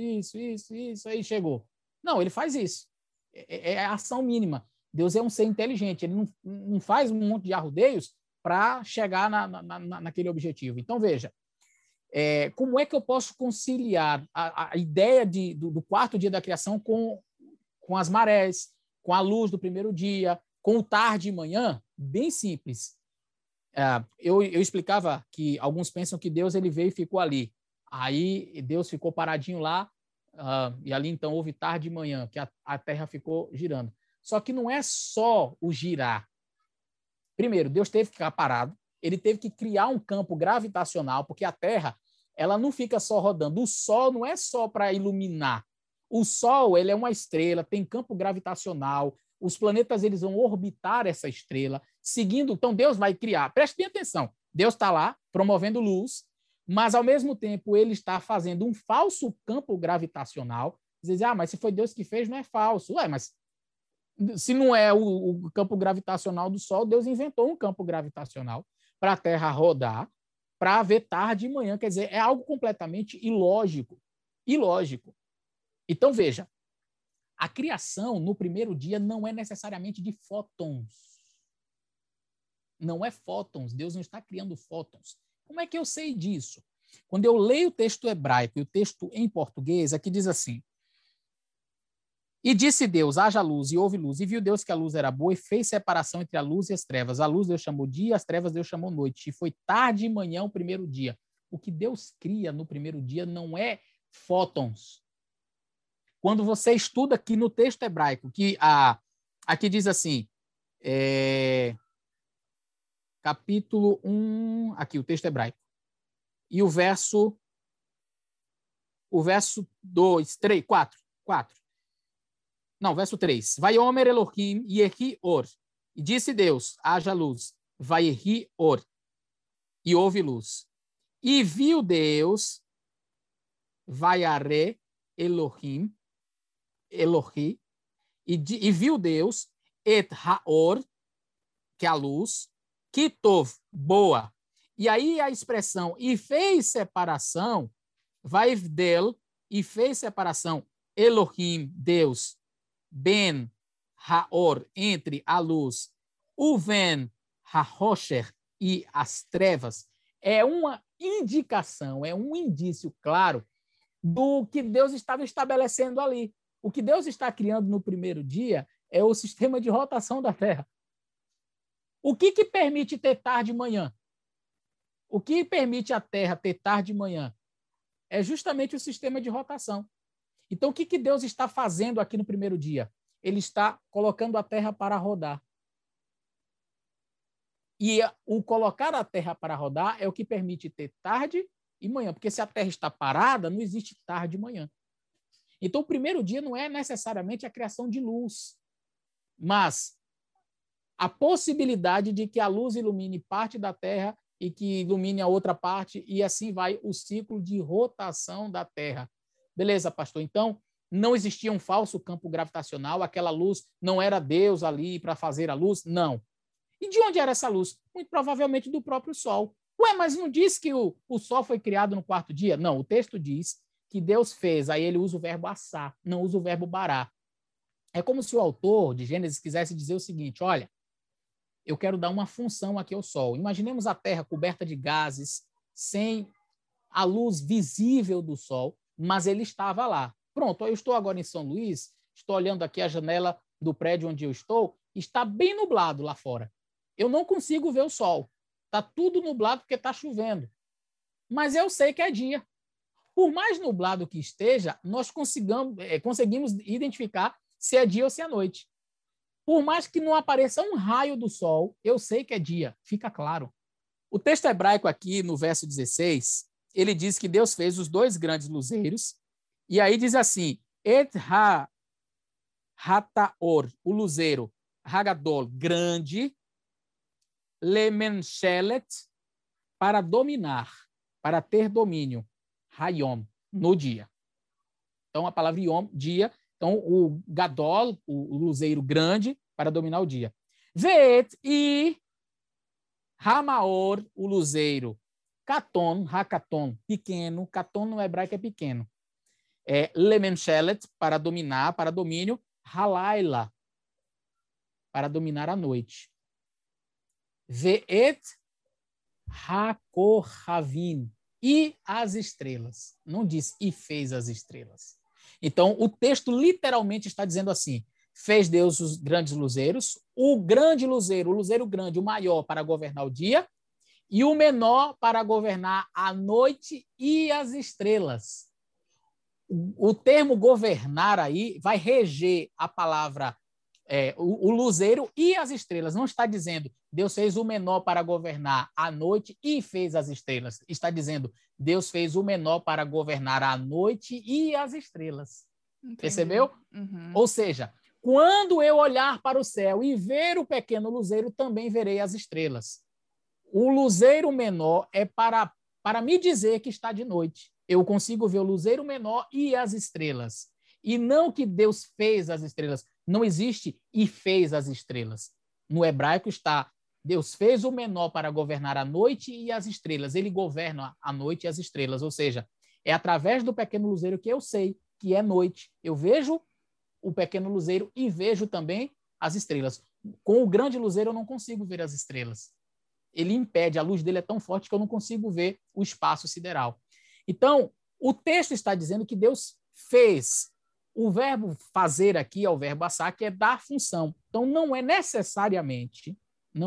aí chegou. Não, ele faz isso. É a ação mínima. Deus é um ser inteligente, ele não faz um monte de arrudeios para chegar naquele objetivo. Então, veja, como é que eu posso conciliar a ideia do quarto dia da criação com as marés, com a luz do primeiro dia, com o tarde e manhã? Bem simples. Eu explicava que alguns pensam que Deus ele veio e ficou ali. Aí Deus ficou paradinho lá, e ali então houve tarde e manhã, que a Terra ficou girando. Só que não é só o girar. Primeiro, Deus teve que ficar parado, ele teve que criar um campo gravitacional, porque a Terra ela não fica só rodando. O Sol não é só para iluminar. O Sol ele é uma estrela, tem campo gravitacional, os planetas eles vão orbitar essa estrela, seguindo. Então, Deus vai criar. Preste bem atenção. Deus está lá promovendo luz, mas, ao mesmo tempo, ele está fazendo um falso campo gravitacional. Você diz, mas se foi Deus que fez, não é falso. Mas se não é o campo gravitacional do Sol, Deus inventou um campo gravitacional para a Terra rodar, para haver tarde e manhã. Quer dizer, é algo completamente ilógico. Ilógico. Então, veja, a criação no primeiro dia não é necessariamente de fótons. Não é fótons. Deus não está criando fótons. Como é que eu sei disso? Quando eu leio o texto hebraico e o texto em português, aqui diz assim: e disse Deus, haja luz, e houve luz. E viu Deus que a luz era boa e fez separação entre a luz e as trevas. A luz Deus chamou dia, as trevas Deus chamou noite. E foi tarde e manhã o primeiro dia. O que Deus cria no primeiro dia não é fótons. Quando você estuda aqui no texto hebraico, que aqui diz assim, capítulo 1, aqui o texto hebraico, e o verso 2, 3, 4. Não, verso 3. Vaiomer Elohim yehi or. E disse Deus, haja luz. Vaiehi or. E houve luz. E viu Deus, vaiare Elohim, Elohi, e viu Deus, et haor, que é a luz, kitov, boa. E aí a expressão, e fez separação, vaivdel, e fez separação, Elohim, Deus, ben haor, entre a luz, uven hahosher, e as trevas, é uma indicação, é um indício claro do que Deus estava estabelecendo ali. O que Deus está criando no primeiro dia é o sistema de rotação da Terra. O que permite ter tarde e manhã? O que permite a Terra ter tarde e manhã? É justamente o sistema de rotação. Então, o que Deus está fazendo aqui no primeiro dia? Ele está colocando a Terra para rodar. E o colocar a Terra para rodar é o que permite ter tarde e manhã, porque se a Terra está parada, não existe tarde e manhã. Então, o primeiro dia não é necessariamente a criação de luz, mas a possibilidade de que a luz ilumine parte da Terra e que ilumine a outra parte, e assim vai o ciclo de rotação da Terra. Beleza, pastor? Então, não existia um falso campo gravitacional, aquela luz não era Deus ali para fazer a luz, não. E de onde era essa luz? Muito provavelmente do próprio Sol. Ué, mas não diz que o Sol foi criado no quarto dia? Não, o texto diz que Deus fez, aí ele usa o verbo assar, não usa o verbo bará. É como se o autor de Gênesis quisesse dizer o seguinte, olha, eu quero dar uma função aqui ao Sol. Imaginemos a Terra coberta de gases, sem a luz visível do Sol, mas ele estava lá. Pronto, eu estou agora em São Luís, estou olhando aqui a janela do prédio onde eu estou, está bem nublado lá fora. Eu não consigo ver o Sol. Está tudo nublado porque está chovendo. Mas eu sei que é dia. Por mais nublado que esteja, nós conseguimos identificar se é dia ou se é noite. Por mais que não apareça um raio do sol, eu sei que é dia, fica claro. O texto hebraico aqui, no verso 16, ele diz que Deus fez os 2 grandes luzeiros, e aí diz assim, Et ha-hataor, o luzeiro, Hagadol, grande, Lemenchelet, para dominar, para ter domínio, Hayom, no dia. Então, a palavra Yom, dia. Então, o Gadol, o luzeiro grande, para dominar o dia. Veet e Hamaor, o luzeiro. Katon, Hakaton, pequeno. Katon no hebraico é pequeno. Lemenchelet, para dominar, para domínio. Halaila, para dominar a noite. Veet Hakohavim, e as estrelas. Não diz e fez as estrelas. Então, o texto literalmente está dizendo assim, fez Deus os grandes luzeiros, o grande luzeiro, o luzeiro grande, o maior para governar o dia, e o menor para governar a noite e as estrelas. O termo governar aí vai reger a palavra o luzeiro e as estrelas. Não está dizendo Deus fez o menor para governar a noite e fez as estrelas. Está dizendo Deus fez o menor para governar a noite e as estrelas. Entendi. Percebeu? Uhum. Ou seja, quando eu olhar para o céu e ver o pequeno luzeiro, também verei as estrelas. O luzeiro menor é para me dizer que está de noite. Eu consigo ver o luzeiro menor e as estrelas. E não que Deus fez as estrelas. Não existe e fez as estrelas. No hebraico está, Deus fez o menor para governar a noite e as estrelas. Ele governa a noite e as estrelas. Ou seja, é através do pequeno luzeiro que eu sei que é noite. Eu vejo o pequeno luzeiro e vejo também as estrelas. Com o grande luzeiro eu não consigo ver as estrelas. Ele impede, a luz dele é tão forte que eu não consigo ver o espaço sideral. Então, o texto está dizendo que Deus fez. O verbo fazer aqui é o verbo assar, que é dar função. Então, não é necessariamente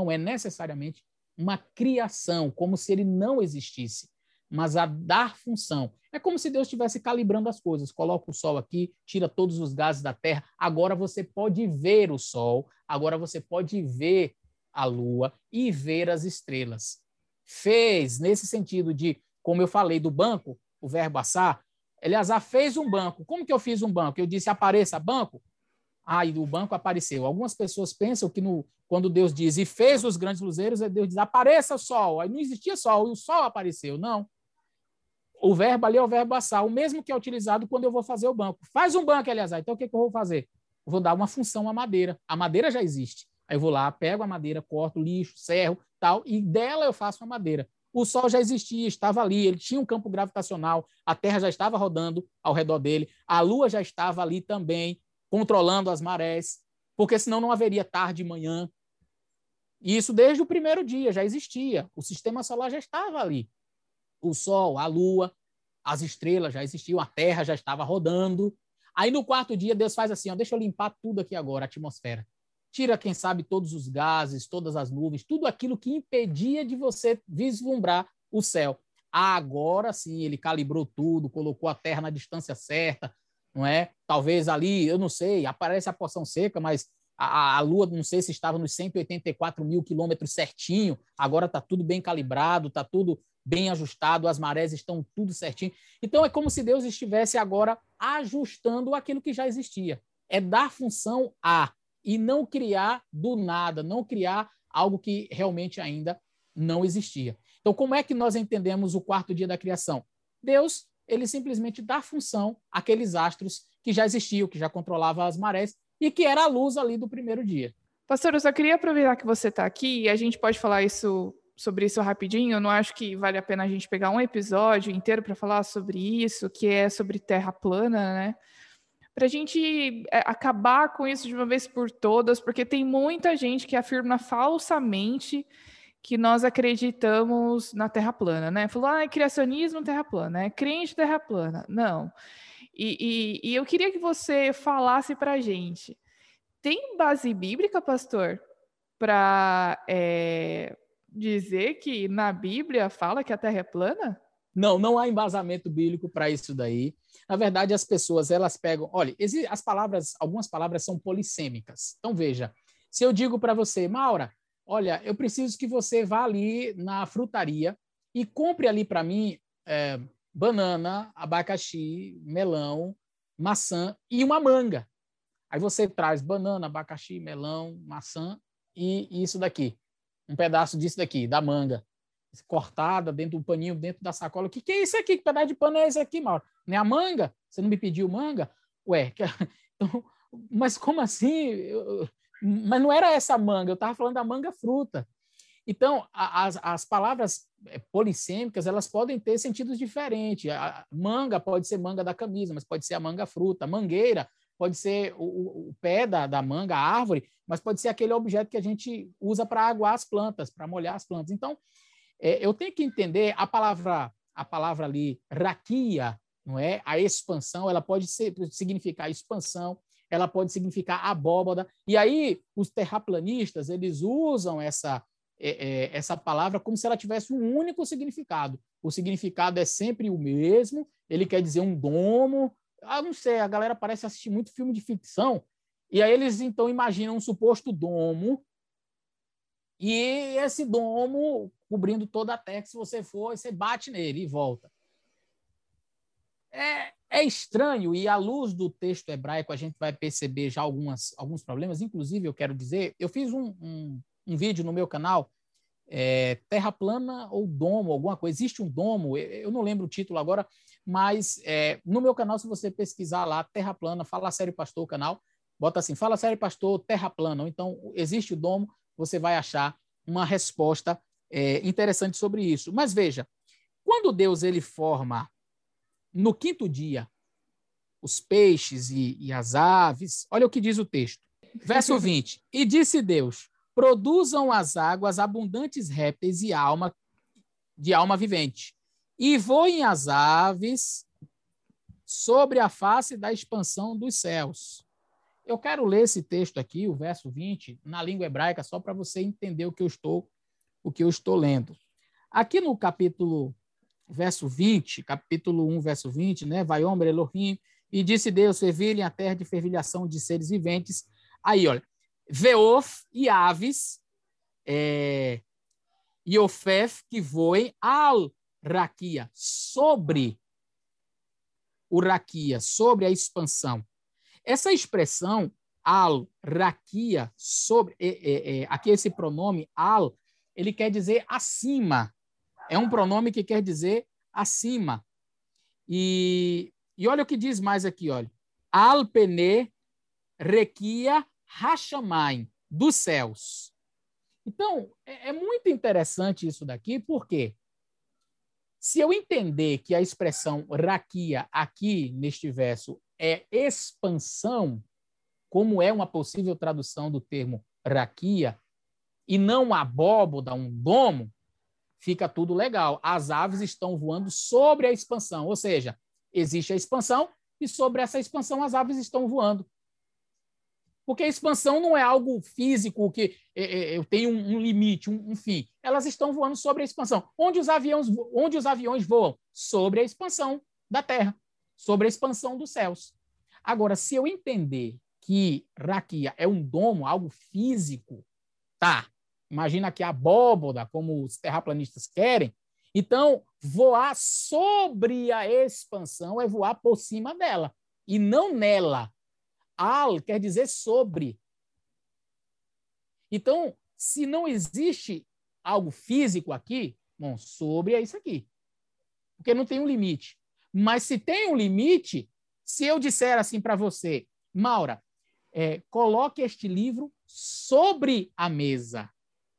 uma criação, como se ele não existisse, mas a dar função. É como se Deus estivesse calibrando as coisas. Coloca o sol aqui, tira todos os gases da terra. Agora você pode ver o sol, agora você pode ver a lua e ver as estrelas. Fez, nesse sentido de, como eu falei do banco, o verbo assar, Eleazar fez um banco. Como que eu fiz um banco? Eu disse, apareça banco. E o banco apareceu. Algumas pessoas pensam que quando Deus diz, e fez os grandes luzeiros, Deus diz, apareça sol. Aí não existia sol, e o sol apareceu. Não. O verbo ali é o verbo assar, o mesmo que é utilizado quando eu vou fazer o banco. Faz um banco, Eleazar. Então, o que eu vou fazer? Eu vou dar uma função à madeira. A madeira já existe. Aí eu vou lá, pego a madeira, corto, lixo, serro, tal, e dela eu faço a madeira. O Sol já existia, estava ali, ele tinha um campo gravitacional, a Terra já estava rodando ao redor dele, a Lua já estava ali também, controlando as marés, porque senão não haveria tarde e manhã. E isso desde o primeiro dia já existia, o sistema solar já estava ali. O Sol, a Lua, as estrelas já existiam, a Terra já estava rodando. Aí no quarto dia Deus faz assim, deixa eu limpar tudo aqui agora, a atmosfera. Tira, quem sabe, todos os gases, todas as nuvens, tudo aquilo que impedia de você vislumbrar o céu. Agora sim, ele calibrou tudo, colocou a Terra na distância certa, não é? Talvez ali, eu não sei, aparece a porção seca, mas a Lua, não sei se estava nos 184 mil quilômetros certinho, agora está tudo bem calibrado, está tudo bem ajustado, as marés estão tudo certinho. Então, é como se Deus estivesse agora ajustando aquilo que já existia. É dar função a e não criar do nada, não criar algo que realmente ainda não existia. Então, como é que nós entendemos o quarto dia da criação? Deus, ele simplesmente dá função àqueles astros que já existia, que já controlava as marés e que era a luz ali do primeiro dia. Pastor, eu só queria aproveitar que você está aqui e a gente pode falar sobre isso rapidinho. Eu não acho que vale a pena a gente pegar um episódio inteiro para falar sobre isso, que é sobre terra plana, né? Para a gente acabar com isso de uma vez por todas, porque tem muita gente que afirma falsamente que nós acreditamos na terra plana, né? Falou, criacionismo, terra plana, é crente, terra plana. Não. E eu queria que você falasse para a gente, tem base bíblica, pastor, para dizer que na Bíblia fala que a Terra é plana? Não, não há embasamento bíblico para isso daí. Na verdade, as pessoas, elas pegam... Olha, algumas palavras são polissêmicas. Então, veja, se eu digo para você, Maura, olha, eu preciso que você vá ali na frutaria e compre ali para mim banana, abacaxi, melão, maçã e uma manga. Aí você traz banana, abacaxi, melão, maçã e isso daqui. Um pedaço disso daqui, da manga. Cortada dentro do paninho, dentro da sacola. O que é isso aqui? Que pedaço de pano é esse aqui, Mauro? Não é a manga? Você não me pediu manga? Ué, então, mas como assim? Mas não era essa manga, eu estava falando da manga fruta. Então, as palavras polissêmicas, elas podem ter sentidos diferentes. A manga pode ser manga da camisa, mas pode ser a manga fruta. Mangueira pode ser o pé da manga, a árvore, mas pode ser aquele objeto que a gente usa para aguar as plantas, para molhar as plantas. Então, eu tenho que entender a palavra ali, raquia, não é? A expansão, ela pode significar expansão, ela pode significar abóbada. E aí, os terraplanistas, eles usam essa palavra como se ela tivesse um único significado. O significado é sempre o mesmo, ele quer dizer um domo. Não sei, a galera parece assistir muito filme de ficção, e aí eles, então, imaginam um suposto domo, e esse domo cobrindo toda a terra, que se você for, você bate nele e volta. É estranho, e à luz do texto hebraico a gente vai perceber já alguns problemas. Inclusive, eu quero dizer, eu fiz um vídeo no meu canal, terra plana ou domo, alguma coisa. Existe um domo, eu não lembro o título agora, mas no meu canal, se você pesquisar lá, terra plana, Fala Sério Pastor, o canal, bota assim, Fala Sério Pastor, terra plana. Ou então, existe o domo, você vai achar uma resposta interessante sobre isso. Mas veja, quando Deus ele forma no quinto dia os peixes e as aves, olha o que diz o texto. Verso 20. E disse Deus, produzam as águas abundantes répteis e de alma vivente, e voem as aves sobre a face da expansão dos céus. Eu quero ler esse texto aqui, o verso 20, na língua hebraica, só para você entender o que eu estou lendo. Aqui no capítulo 1, verso 20, né? Vaiomer Elohim, e disse Deus, fervilhem a terra de fervilhação de seres viventes. Aí, olha, Veof e aves, e Ofef que voem al raquia, sobre o raquia, sobre a expansão. Essa expressão al raquia, sobre, aqui esse pronome al, ele quer dizer acima. É um pronome que quer dizer acima. E olha o que diz mais aqui, olha. Al pene requia hashamayim, dos céus. Então, é muito interessante isso daqui, porque se eu entender que a expressão raquia aqui neste verso é expansão, como é uma possível tradução do termo raquia, e não abóboda, um domo, fica tudo legal. As aves estão voando sobre a expansão, ou seja, existe a expansão e sobre essa expansão as aves estão voando. Porque a expansão não é algo físico que eu tenho um limite, um fim. Elas estão voando sobre a expansão. Onde os aviões voam? Sobre a expansão da Terra, sobre a expansão dos céus. Agora, se eu entender que raquia é um domo, algo físico, tá? Imagina que a abóboda, como os terraplanistas querem. Então, voar sobre a expansão é voar por cima dela, e não nela. Al quer dizer sobre. Então, se não existe algo físico aqui, bom, sobre é isso aqui. Porque não tem um limite. Mas se tem um limite, Se eu disser assim para você, Maura, coloque este livro sobre a mesa.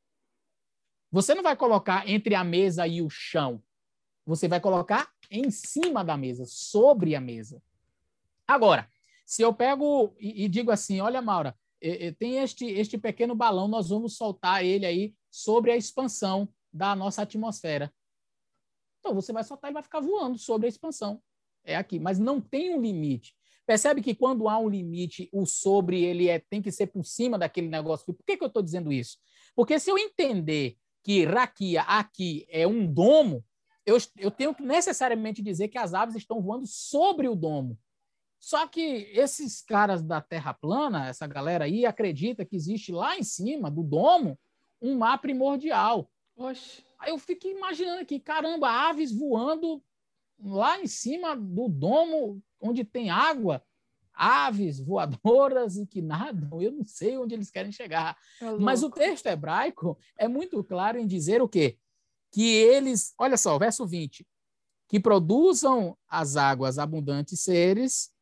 Você não vai colocar entre a mesa e o chão. Você vai colocar em cima da mesa, sobre a mesa. Agora, se eu pego e digo assim, olha, Maura, tem este pequeno balão, nós vamos soltar ele aí sobre a expansão da nossa atmosfera. Então, você vai soltar e vai ficar voando sobre a expansão. É aqui, mas não tem um limite. Percebe que quando há um limite, o sobre ele tem que ser por cima daquele negócio. Por que eu estou dizendo isso? Porque se eu entender que raquia aqui é um domo, eu tenho que necessariamente dizer que as aves estão voando sobre o domo. Só que esses caras da Terra plana, essa galera aí, acredita que existe lá em cima do domo um mar primordial. Oxe. Aí eu fico imaginando aqui, caramba, aves voando lá em cima do domo onde tem água, aves voadoras e que nadam, eu não sei onde eles querem chegar. Mas o texto hebraico é muito claro em dizer o quê? Que eles, olha só, verso 20, que produzam as águas abundantes seres,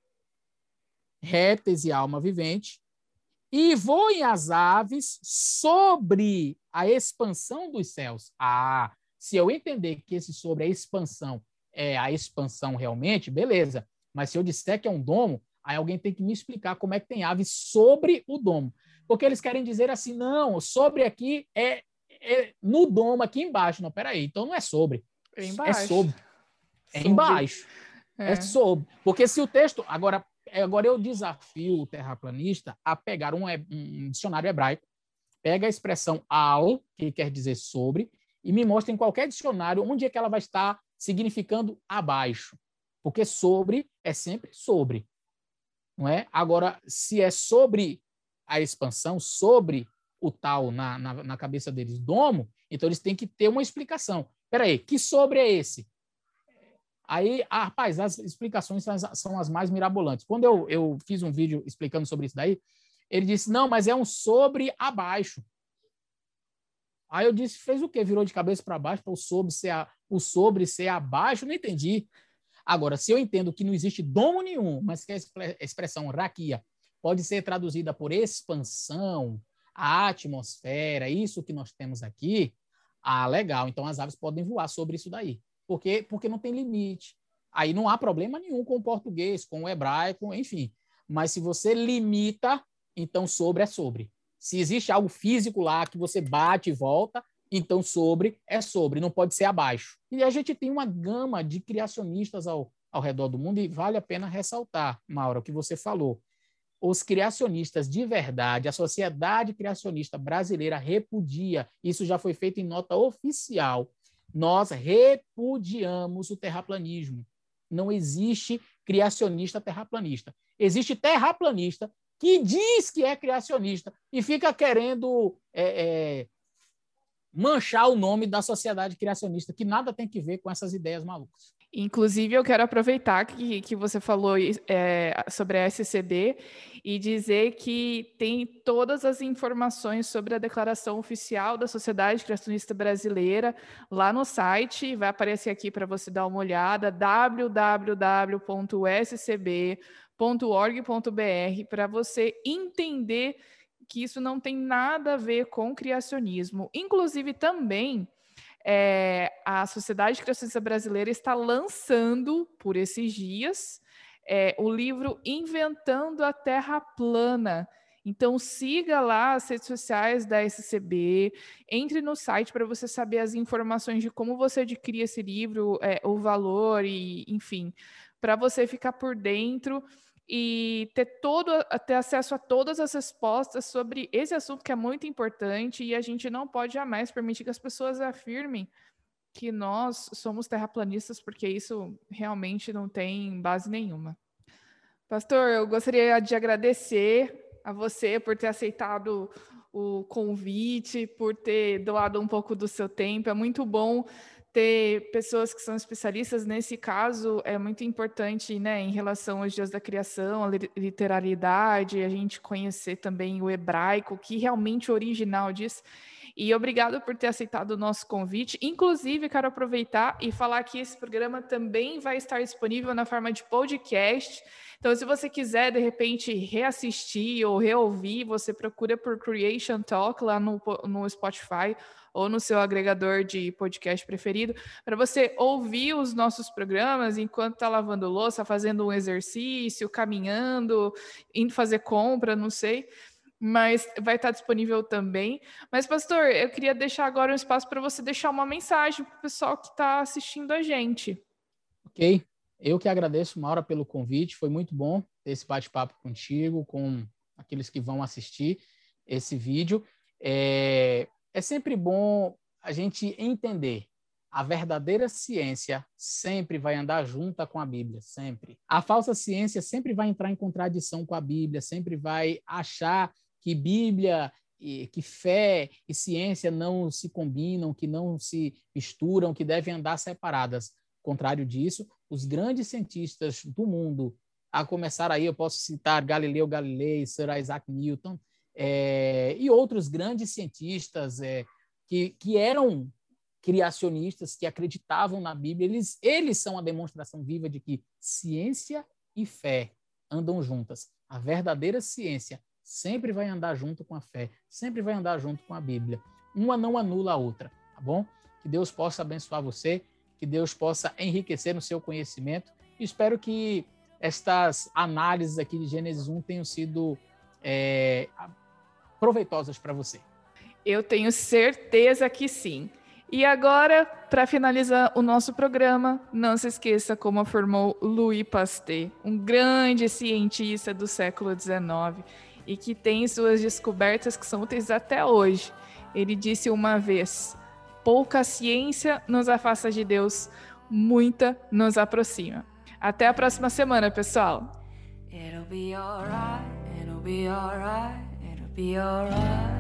répteis e alma vivente, e voem as aves sobre a expansão dos céus. Se eu entender que esse sobre a expansão é a expansão realmente, beleza. Mas se eu disser que é um domo, aí alguém tem que me explicar como é que tem aves sobre o domo. Porque eles querem dizer assim, não, sobre aqui é no domo, aqui embaixo. Não, peraí, então não é sobre. É embaixo. É sobre. É embaixo. É sobre. Porque se o texto... Agora eu desafio o terraplanista a pegar um dicionário hebraico, pega a expressão al, que quer dizer sobre, e me mostra em qualquer dicionário onde é que ela vai estar significando abaixo. Porque sobre é sempre sobre. Não é? Agora, se é sobre a expansão, sobre o tal na cabeça deles, domo, então eles têm que ter uma explicação. Espera aí, que sobre é esse? Aí, rapaz, as explicações são as mais mirabolantes. Quando eu fiz um vídeo explicando sobre isso daí, ele disse, não, mas é um sobre abaixo. Aí eu disse, fez o quê? Virou de cabeça para baixo para o sobre ser abaixo? Não entendi. Agora, se eu entendo que não existe domo nenhum, mas que a expressão raquia pode ser traduzida por expansão, a atmosfera, isso que nós temos aqui, legal, então as aves podem voar sobre isso daí. Porque não tem limite. Aí não há problema nenhum com o português, com o hebraico, enfim. Mas se você limita, então sobre é sobre. Se existe algo físico lá que você bate e volta, então sobre é sobre, não pode ser abaixo. E a gente tem uma gama de criacionistas ao redor do mundo e vale a pena ressaltar, Maura, o que você falou. Os criacionistas de verdade, a Sociedade Criacionista Brasileira repudia, isso já foi feito em nota oficial, nós repudiamos o terraplanismo. Não existe criacionista terraplanista. Existe terraplanista que diz que é criacionista e fica querendo manchar o nome da sociedade criacionista, que nada tem que ver com essas ideias malucas. Inclusive, eu quero aproveitar que você falou sobre a SCB e dizer que tem todas as informações sobre a declaração oficial da Sociedade Criacionista Brasileira lá no site. Vai aparecer aqui para você dar uma olhada, www.scb.org.br, para você entender que isso não tem nada a ver com criacionismo. Inclusive, também... a Sociedade Criacionista Brasileira está lançando, por esses dias, o livro Inventando a Terra Plana. Então, siga lá as redes sociais da SCB, entre no site para você saber as informações de como você adquirir esse livro, o valor, e, enfim, para você ficar por dentro e ter acesso a todas as respostas sobre esse assunto que é muito importante, e a gente não pode jamais permitir que as pessoas afirmem que nós somos terraplanistas, porque isso realmente não tem base nenhuma. Pastor, eu gostaria de agradecer a você por ter aceitado o convite, por ter doado um pouco do seu tempo. É muito bom ter pessoas que são especialistas. Nesse caso, é muito importante, né, em relação aos dias da criação, a literalidade, a gente conhecer também o hebraico, que realmente é original disso. E obrigado por ter aceitado o nosso convite. Inclusive, quero aproveitar e falar que esse programa também vai estar disponível na forma de podcast. Então, se você quiser, de repente, reassistir ou reouvir, você procura por Creation Talk lá no Spotify ou no seu agregador de podcast preferido, para você ouvir os nossos programas enquanto está lavando louça, fazendo um exercício, caminhando, indo fazer compra, não sei. Mas vai estar disponível também. Mas, pastor, eu queria deixar agora um espaço para você deixar uma mensagem para o pessoal que está assistindo a gente. Ok. Eu que agradeço, Maura, pelo convite. Foi muito bom ter esse bate-papo contigo, com aqueles que vão assistir esse vídeo. É sempre bom a gente entender. A verdadeira ciência sempre vai andar junta com a Bíblia, sempre. A falsa ciência sempre vai entrar em contradição com a Bíblia, sempre vai achar que Bíblia, que fé e ciência não se combinam, que não se misturam, que devem andar separadas. Ao contrário disso, os grandes cientistas do mundo, a começar aí, eu posso citar Galileu Galilei, Sir Isaac Newton, e outros grandes cientistas que eram criacionistas, que acreditavam na Bíblia, eles são a demonstração viva de que ciência e fé andam juntas. A verdadeira ciência sempre vai andar junto com a fé, sempre vai andar junto com a Bíblia. Uma não anula a outra, tá bom? Que Deus possa abençoar você, que Deus possa enriquecer no seu conhecimento. E espero que estas análises aqui de Gênesis 1 tenham sido proveitosas para você. Eu tenho certeza que sim. E agora, para finalizar o nosso programa, não se esqueça como afirmou Louis Pasteur, um grande cientista do século XIX e que tem suas descobertas que são úteis até hoje. Ele disse uma vez: pouca ciência nos afasta de Deus, muita nos aproxima. Até a próxima semana, pessoal. It'll be alright, it'll be alright, it'll be alright.